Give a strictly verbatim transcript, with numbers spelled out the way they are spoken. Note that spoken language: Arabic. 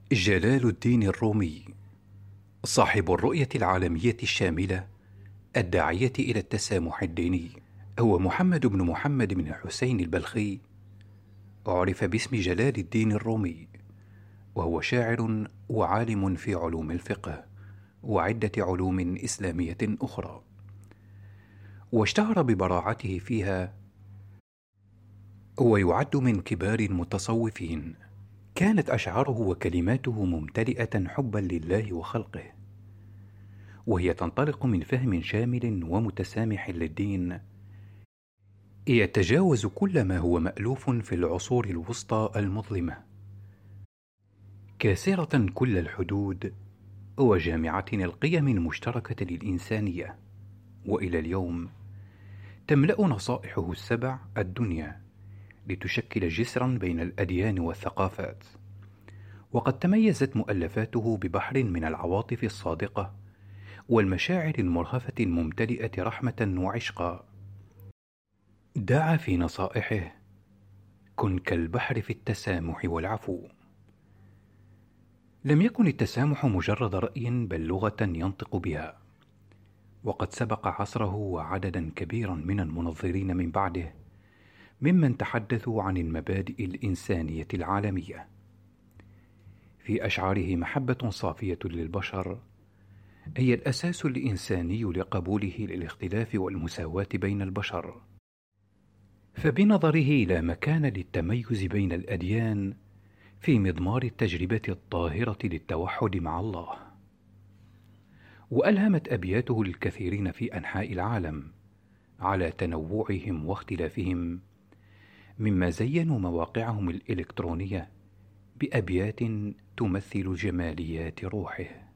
جلال الدين الرومي، صاحب الرؤية العالمية الشاملة الداعية إلى التسامح الديني، هو محمد بن محمد بن الحسين البلخي، عرف باسم جلال الدين الرومي، وهو شاعر وعالم في علوم الفقه وعدة علوم إسلامية أخرى، واشتهر ببراعته فيها، ويعد من كبار المتصوفين. كانت أشعاره وكلماته ممتلئة حبا لله وخلقه، وهي تنطلق من فهم شامل ومتسامح للدين، يتجاوز كل ما هو مألوف في العصور الوسطى المظلمة، كاسرة كل الحدود وجامعة القيم المشتركة للإنسانية. وإلى اليوم تملأ نصائحه السبع الدنيا لتشكل جسرا بين الأديان والثقافات، وقد تميزت مؤلفاته ببحر من العواطف الصادقة والمشاعر المرهفة الممتلئة رحمة وعشقا. دعا في نصائحه: كن كالبحر في التسامح والعفو. لم يكن التسامح مجرد رأي، بل لغة ينطق بها، وقد سبق عصره وعددا كبيرا من المنظرين من بعده ممن تحدثوا عن المبادئ الإنسانية العالمية. في أشعاره محبة صافية للبشر هي الأساس الإنساني لقبوله للاختلاف والمساواة بين البشر، فبنظره لا مكان للتميز بين الأديان في مضمار التجربة الطاهرة للتوحد مع الله. وألهمت أبياته الكثيرين في أنحاء العالم على تنوعهم واختلافهم، مما زينوا مواقعهم الإلكترونية بأبيات تمثل جماليات روحه.